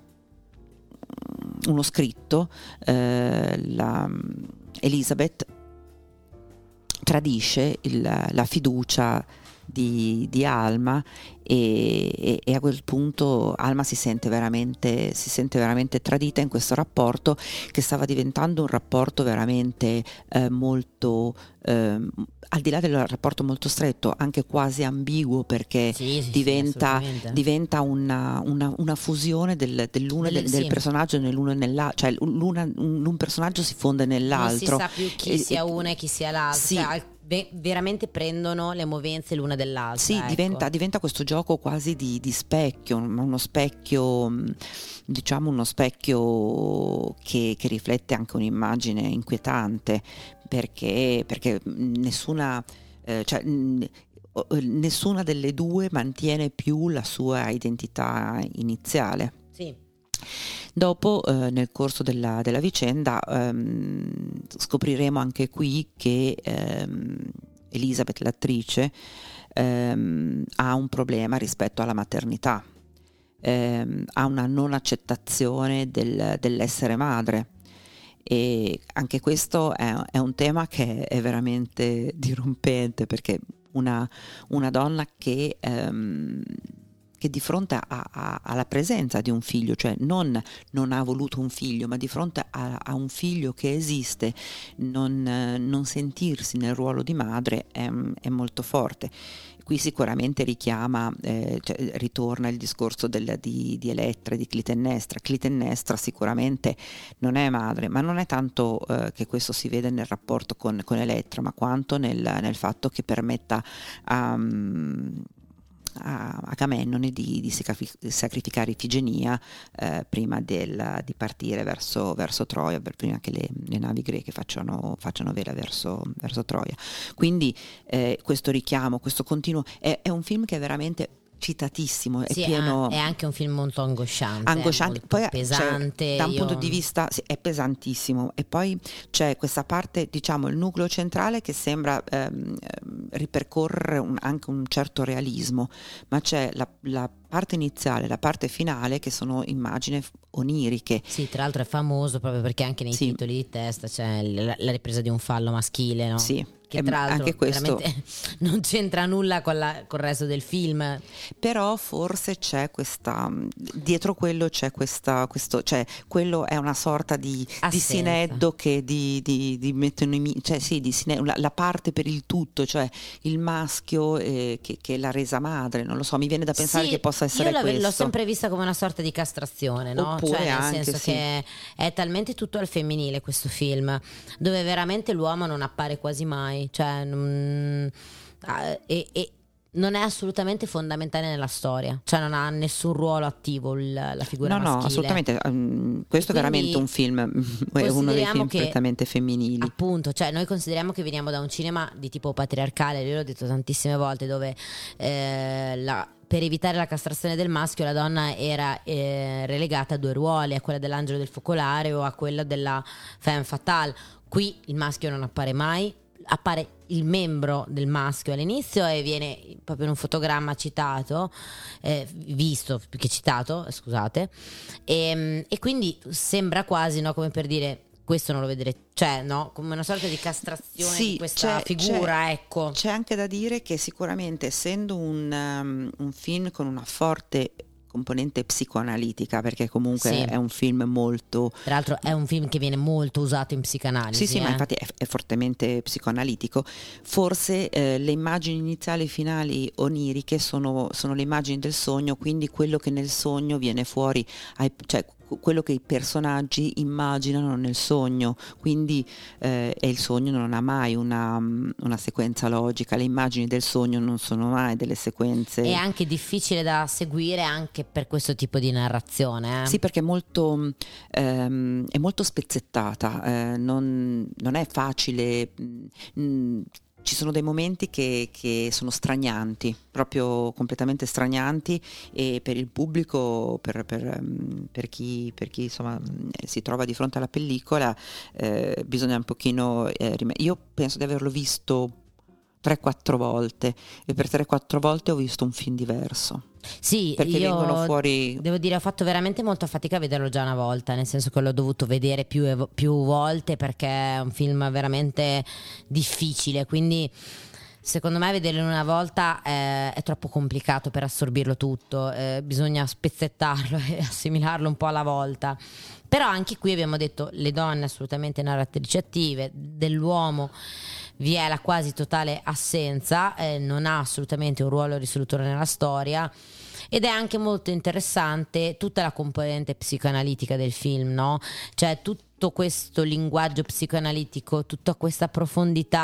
uno scritto eh, la, Elisabeth tradisce il, la fiducia di, di Alma, e, e, e a quel punto Alma si sente veramente si sente veramente tradita in questo rapporto, che stava diventando un rapporto veramente eh, molto eh, al di là del rapporto molto stretto, anche quasi ambiguo, perché sì, sì, diventa, sì, diventa una, una, una fusione del, dell'uno del, del sì. personaggio nell'uno e nell'altro, cioè l'una, un, un personaggio si fonde nell'altro. Non si sa più chi e, sia una e chi sia l'altra, sì. cioè, ve- veramente prendono le movenze l'una dell'altra. Sì, ecco. diventa, diventa questo gioco quasi di, di specchio, uno specchio, diciamo uno specchio che, che riflette anche un'immagine inquietante, perché, perché nessuna, eh, cioè, nessuna delle due mantiene più la sua identità iniziale. Sì. Dopo, eh, nel corso della, della vicenda, ehm, scopriremo anche qui che ehm, Elizabeth, l'attrice, ehm, ha un problema rispetto alla maternità, ehm, ha una non accettazione del, dell'essere madre. E anche questo è, è un tema che è veramente dirompente, perché una, una donna che, ehm, che di fronte a, a, alla presenza di un figlio, cioè non, non ha voluto un figlio, ma di fronte a, a un figlio che esiste, non, non sentirsi nel ruolo di madre è, è molto forte. Qui sicuramente richiama, eh, cioè, ritorna il discorso del, di, di Elettra, di Clitennestra. Clitennestra sicuramente non è madre, ma non è tanto eh, che questo si vede nel rapporto con, con Elettra, ma quanto nel, nel fatto che permetta a, a Agamennone di, di sacrificare Ifigenia eh, prima del, di partire verso, verso Troia, per prima che le, le navi greche facciano, facciano vela verso, verso Troia. Quindi eh, questo richiamo, questo continuo, è, è un film che è veramente citatissimo, è sì, pieno, è anche un film molto angosciante, angosciante. molto Poi pesante, cioè, da un io... punto di vista sì, è pesantissimo, e poi c'è questa parte, diciamo il nucleo centrale, che sembra ehm, ripercorrere un, anche un certo realismo, ma c'è la, la parte iniziale, la parte finale, che sono immagini oniriche. Sì, tra l'altro è famoso proprio perché anche nei sì. titoli di testa c'è la, la ripresa di un fallo maschile, no? Sì. Che tra l'altro anche questo veramente non c'entra nulla con, la, con il resto del film, però forse c'è questa, dietro quello c'è questa, questo, cioè quello è una sorta di, di sineddo che di, di, di mettono in, cioè sì, di sineddo, la, la parte per il tutto, cioè il maschio eh, che, che l'ha resa madre, non lo so, mi viene da pensare sì, che possa essere io questo. L'ho sempre vista come una sorta di castrazione, no? Oppure cioè nel anche, senso sì. che è talmente tutto al femminile questo film, dove veramente l'uomo non appare quasi mai, cioè non, e, e non è assolutamente fondamentale nella storia, cioè non ha nessun ruolo attivo il, la figura no maschile. no assolutamente, um, questo è veramente un film, è uno dei film che, prettamente femminili, appunto, cioè noi consideriamo che veniamo da un cinema di tipo patriarcale, io l'ho detto tantissime volte, dove eh, la per evitare la castrazione del maschio la donna era eh, relegata a due ruoli, a quella dell'angelo del focolare o a quella della femme fatale. Qui il maschio non appare mai, appare il membro del maschio all'inizio e viene proprio in un fotogramma citato, eh, visto più che citato, scusate, e, e quindi sembra quasi, no, come per dire questo non lo vedrete, cioè no, come una sorta di castrazione sì, di questa c'è, figura, c'è, ecco. C'è anche da dire che sicuramente, essendo un, um, un film con una forte componente psicoanalitica, perché comunque sì. è un film molto, tra l'altro è un film che viene molto usato in psicanalisi, sì sì eh? ma infatti è, è fortemente psicoanalitico, forse eh, le immagini iniziali e finali oniriche sono, sono le immagini del sogno, quindi quello che nel sogno viene fuori, ai, cioè quello che i personaggi immaginano nel sogno, quindi eh, e il sogno non ha mai una, una sequenza logica, le immagini del sogno non sono mai delle sequenze. È anche difficile da seguire anche per questo tipo di narrazione, eh? Sì, perché è molto, ehm, è molto spezzettata, eh, non, non è facile. Mh, ci sono dei momenti che, che sono stranianti, proprio completamente stranianti, e per il pubblico, per, per, per chi, per chi insomma si trova di fronte alla pellicola, eh, bisogna un pochino eh, rim- io penso di averlo visto tre quattro volte, e per tre quattro volte ho visto un film diverso. Sì, perché io vengono fuori, devo dire, ho fatto veramente molta fatica a vederlo già una volta, nel senso che l'ho dovuto vedere più, e, più volte, perché è un film veramente difficile, quindi secondo me vederlo una volta è, è troppo complicato per assorbirlo tutto, eh, bisogna spezzettarlo e assimilarlo un po' alla volta. Però anche qui abbiamo detto le donne assolutamente narratrici attive, dell'uomo vi è la quasi totale assenza, eh, non ha assolutamente un ruolo risolutore nella storia, ed è anche molto interessante tutta la componente psicoanalitica del film, no? Cioè tutto questo linguaggio psicoanalitico, tutta questa profondità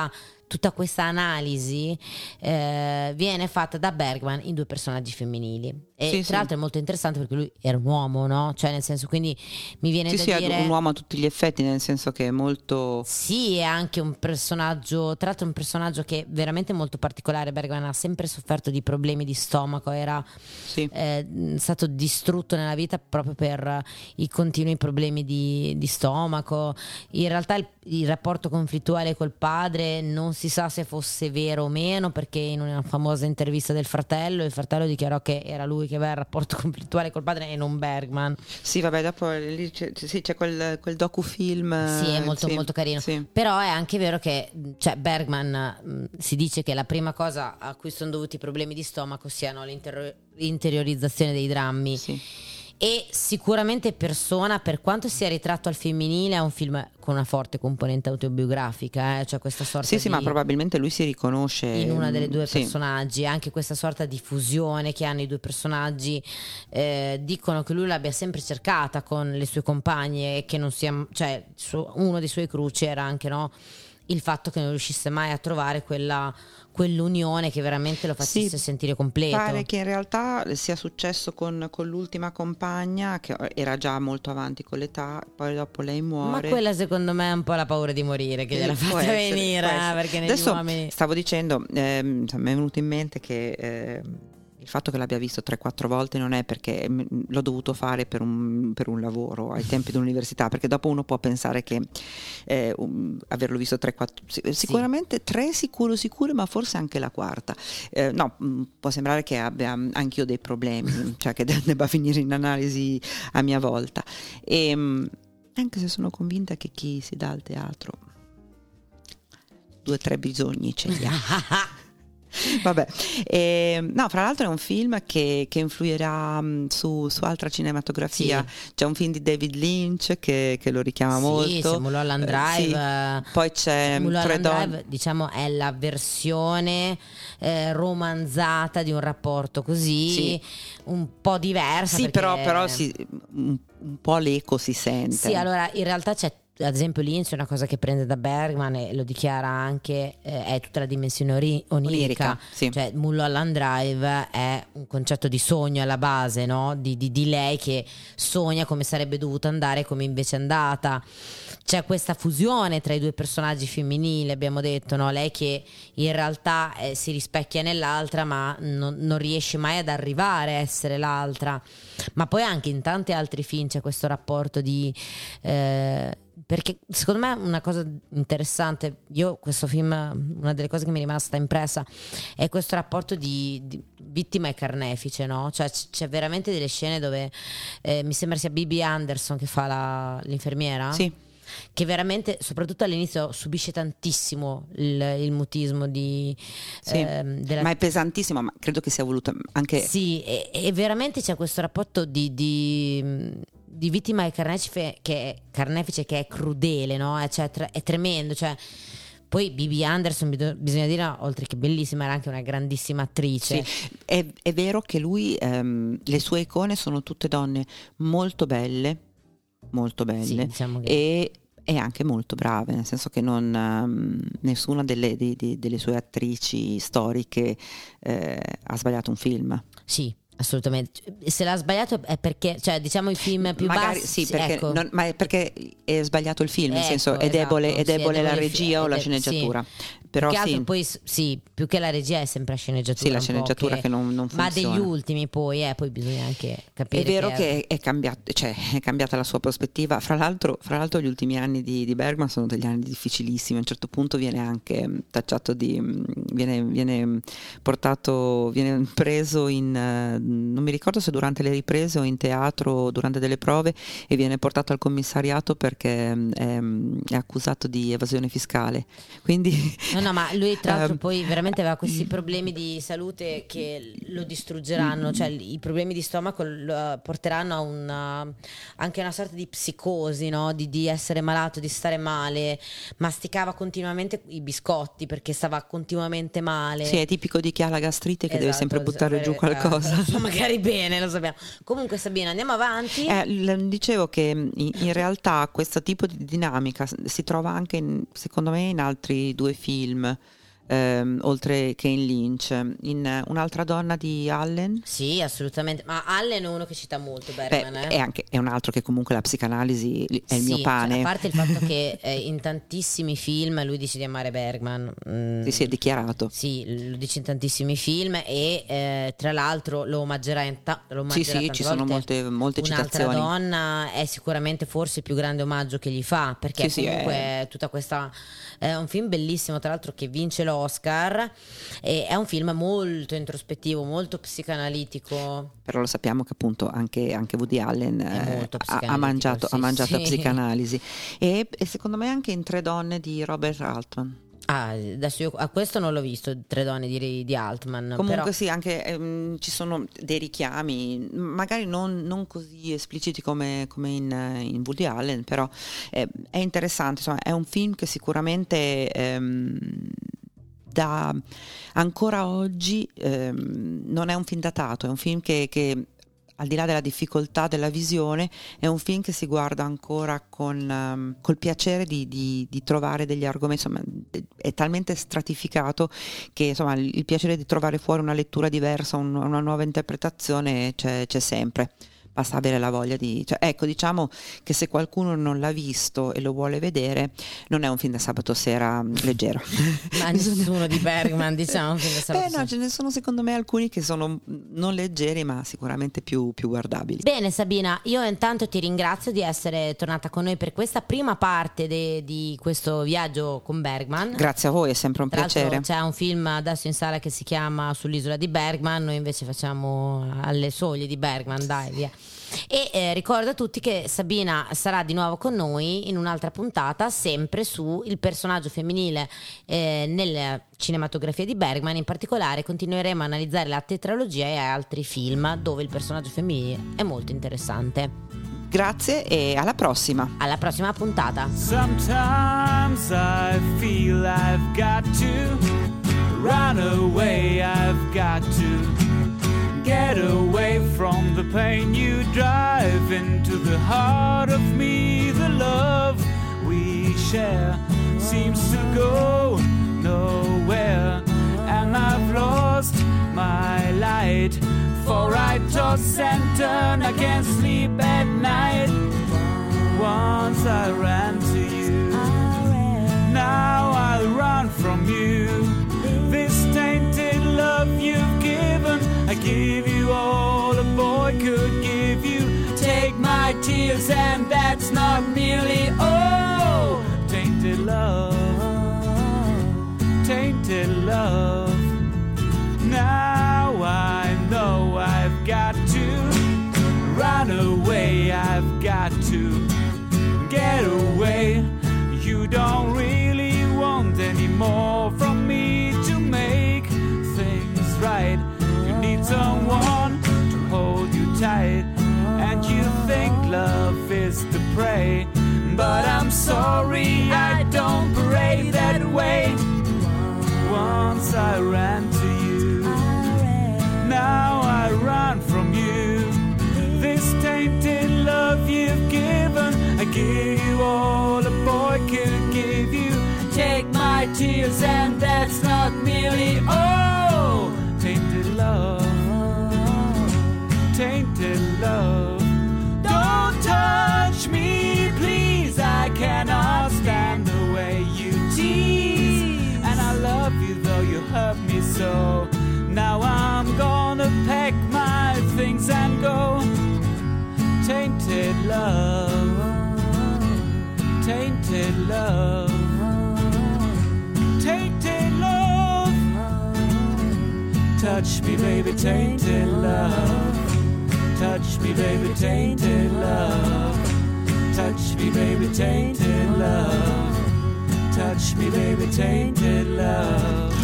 tutta questa analisi eh, viene fatta da Bergman in due personaggi femminili. E Sì, tra sì. l'altro è molto interessante perché lui era un uomo, no? Cioè nel senso, quindi mi viene Sì, da sì, dire... è un uomo a tutti gli effetti, nel senso che è molto... Sì, è anche un personaggio, tra l'altro un personaggio che è veramente molto particolare. Bergman ha sempre sofferto di problemi di stomaco, era Sì. eh, stato distrutto nella vita proprio per i continui problemi di, di stomaco. In realtà il, il rapporto conflittuale col padre non si sa se fosse vero o meno, perché in una famosa intervista del fratello, il fratello dichiarò che era lui che aveva il rapporto conflittuale col padre e non Bergman. Sì, vabbè, dopo lì c'è, sì, c'è quel, quel docufilm. Sì, è molto sì, molto carino. sì. Però è anche vero che, cioè, Bergman mh, si dice che la prima cosa a cui sono dovuti i problemi di stomaco siano l'inter- l'interiorizzazione dei drammi. Sì. E sicuramente Persona, per quanto sia ritratto al femminile, è un film con una forte componente autobiografica, eh? Cioè questa sorta Sì, di... sì, ma probabilmente lui si riconosce in una delle due sì. personaggi, anche questa sorta di fusione che hanno i due personaggi, eh, dicono che lui l'abbia sempre cercata con le sue compagne e che non sia, cioè su- uno dei suoi cruci era anche, no, il fatto che non riuscisse mai a trovare quella quell'unione che veramente lo facesse Sì, sentire completo. Pare che in realtà sia successo con, con l'ultima compagna, che era già molto avanti con l'età, poi dopo lei Ma muore. quella secondo me è un po' la paura di morire che gliela Eh, può fatta essere, venire, può eh, essere. perché negli Adesso uomini... stavo dicendo, ehm, insomma, mi è venuto in mente che eh, il fatto che l'abbia visto tre quattro volte non è perché m- l'ho dovuto fare per un, per un lavoro ai tempi dell'università, perché dopo uno può pensare che eh, um, averlo visto tre quattro, sicuramente tre sicuro sicuro, ma forse anche la quarta. Eh, no, mh, può sembrare che abbia anch'io dei problemi, cioè che de- debba finire in analisi a mia volta. E, mh, anche se sono convinta che chi si dà al teatro due o tre bisogni ce li ha. Vabbè, eh, no, fra l'altro è un film che, che influirà mh, su, su altra cinematografia. Sì. C'è un film di David Lynch che, che lo richiama Sì, molto. c'è Mulholland Eh, Drive. sì. eh, Poi c'è Mulholland Tre donne. Drive, diciamo, è la versione eh, romanzata di un rapporto così, Sì. un po' diversa. Sì, perché- però, però sì, un, un po' l'eco si sente. Sì, allora in realtà c'è, ad esempio, Lynch, una cosa che prende da Bergman e lo dichiara anche, eh, è tutta la dimensione ori- onirica. Onirica, sì. Cioè Mulholland Drive è un concetto di sogno alla base, no? Di, di, di lei che sogna come sarebbe dovuta andare, come invece è andata. C'è questa fusione tra i due personaggi femminili, abbiamo detto, no? Lei che in realtà eh, si rispecchia nell'altra, ma non, non riesce mai ad arrivare a essere l'altra. Ma poi anche in tanti altri film c'è questo rapporto di... Eh, perché secondo me una cosa interessante, io questo film, una delle cose che mi è rimasta impressa è questo rapporto di, di vittima e carnefice, no? Cioè c- c'è veramente delle scene dove eh, mi sembra sia Bibi Anderson che fa la, l'infermiera, Sì. che veramente, soprattutto all'inizio, subisce tantissimo il, il mutismo di, Sì. ehm, della... Ma è pesantissimo, ma credo che sia voluto anche... Sì, e, e veramente c'è questo rapporto di, di, di vittima e carnefice che è, carnefice che è crudele, no? È, cioè, tre- è tremendo, cioè... Poi Bibi Anderson, bido- bisogna dire, oltre che bellissima, era anche una grandissima attrice. Sì, è, è vero che lui, ehm, le sue icone sono tutte donne molto belle, molto belle, Sì, diciamo che... e, e anche molto brave, nel senso che non, ehm, nessuna delle, di- di- delle sue attrici storiche eh, ha sbagliato un film. Sì, assolutamente. Se l'ha sbagliato è perché, cioè, diciamo i film più Magari bassi, sì, perché, ecco. non- ma è perché è sbagliato il film, nel Ecco, senso è esatto, debole, è sì, è debole la debole il fi- regia o è la de- sceneggiatura. sì. Però Più che altro sì, poi s- sì, più che la regia è sempre la sceneggiatura. sì, la un po' sceneggiatura che, non, non ma funziona. degli ultimi poi, eh, poi bisogna anche capire. È vero che, che è, cambiato, cioè, è cambiata la sua prospettiva. Fra l'altro, fra l'altro gli ultimi anni di, di Bergman sono degli anni difficilissimi. A un certo punto viene anche mh, tacciato di. Mh, viene, viene portato, viene preso in. eh, non mi ricordo se durante le riprese o in teatro o durante delle prove, e viene portato al commissariato perché mh, è, mh, è accusato di evasione fiscale. Quindi. No, no, ma lui tra l'altro ehm, poi veramente aveva questi problemi di salute che lo distruggeranno, cioè i problemi di stomaco lo porteranno a una, anche una sorta di psicosi, no? Di, di essere malato, di stare male, masticava continuamente i biscotti perché stava continuamente male. Sì, è tipico di chi ha la gastrite che deve Esatto, sempre buttare sapere- giù qualcosa. eh, magari bene, lo sappiamo. Comunque Sabina, andiamo avanti. Eh, l- dicevo che in, in realtà questo tipo di dinamica s- si trova anche in- secondo me in altri due film ehm, oltre che in Lynch. In eh, Un'altra donna di Allen. Sì, assolutamente. Ma Allen è uno che cita molto Bergman. Beh, eh? è, anche, è un altro che comunque la psicanalisi è il Sì, mio pane. cioè, a parte il fatto che eh, in tantissimi film lui dice di amare Bergman. Mm, Sì, si è dichiarato. Sì, lo dice in tantissimi film e eh, tra l'altro lo omaggerà, in ta- lo Sì, omaggerà sì, tante ci sono volte. molte, molte Un'altra citazioni. donna è sicuramente forse il più grande omaggio che gli fa, perché Sì, sì, comunque è- tutta questa è un film bellissimo, tra l'altro, che vince l'Oscar, e è un film molto introspettivo, molto psicanalitico. Però lo sappiamo che appunto anche, anche Woody Allen È eh, molto ha, ha psicanalitico, mangiato, sì, ha mangiato sì. psicanalisi e, e secondo me anche in Tre donne di Robert Altman. Ah, adesso io a questo non l'ho visto, Tre donne di, di Altman. Comunque però... sì, anche ehm, ci sono dei richiami, magari non, non così espliciti come, come in, in Woody Allen, però eh, è interessante, insomma, è un film che sicuramente ehm, da ancora oggi ehm, non è un film datato, è un film che, che al di là della difficoltà della visione, è un film che si guarda ancora con um, col piacere di, di, di trovare degli argomenti, insomma, è talmente stratificato che insomma il, il piacere di trovare fuori una lettura diversa, un, una nuova interpretazione c'è, c'è sempre. Basta avere la voglia di... Cioè, ecco, diciamo che se qualcuno non l'ha visto e lo vuole vedere, non è un film da sabato sera leggero. Ma nessuno di Bergman, diciamo, un film da sabato Beh, no, sera. ce ne sono secondo me alcuni che sono non leggeri, ma sicuramente più, più guardabili. Bene Sabina, io intanto ti ringrazio di essere tornata con noi per questa prima parte de- di questo viaggio con Bergman. Grazie a voi, è sempre un Tra l'altro piacere. c'è un film adesso in sala che si chiama Sull'isola di Bergman, noi invece facciamo Alle soglie di Bergman, dai via. E eh, ricordo a tutti che Sabina sarà di nuovo con noi in un'altra puntata, sempre su il personaggio femminile eh, nella cinematografia di Bergman. In particolare continueremo a analizzare la tetralogia e altri film dove il personaggio femminile è molto interessante. Grazie e alla prossima. Alla prossima puntata. Sometimes I feel I've got to run away, I've got to get away from the pain. You drive into the heart of me. The love we share seems to go nowhere, and I've lost my light, for I toss and turn, I can't sleep at night. Once I ran to you, now I'll run from you. This tainted love you've given, I give you all a boy could give you. Take my tears and that's not nearly all. Tainted love, tainted love. Now I know I've got to run away, I've got to get away. You don't really want any more from me to make things right. You need someone to hold you tight, and you think love is the prey. But I'm sorry, I don't pray that way. Once I ran to you, now I run from you. This tainted love you've given, I give you all a boy could give you. Take my tears and that's not nearly all. Tainted love, tainted love. Don't touch me, please, I cannot stand the way you tease. And I love you though you hurt me so. Now I'm gonna pack my things and go. Tainted love, tainted love, tainted love. Touch me baby, tainted love. Touch me baby, tainted love. Touch me baby, tainted love. Touch me baby, tainted love.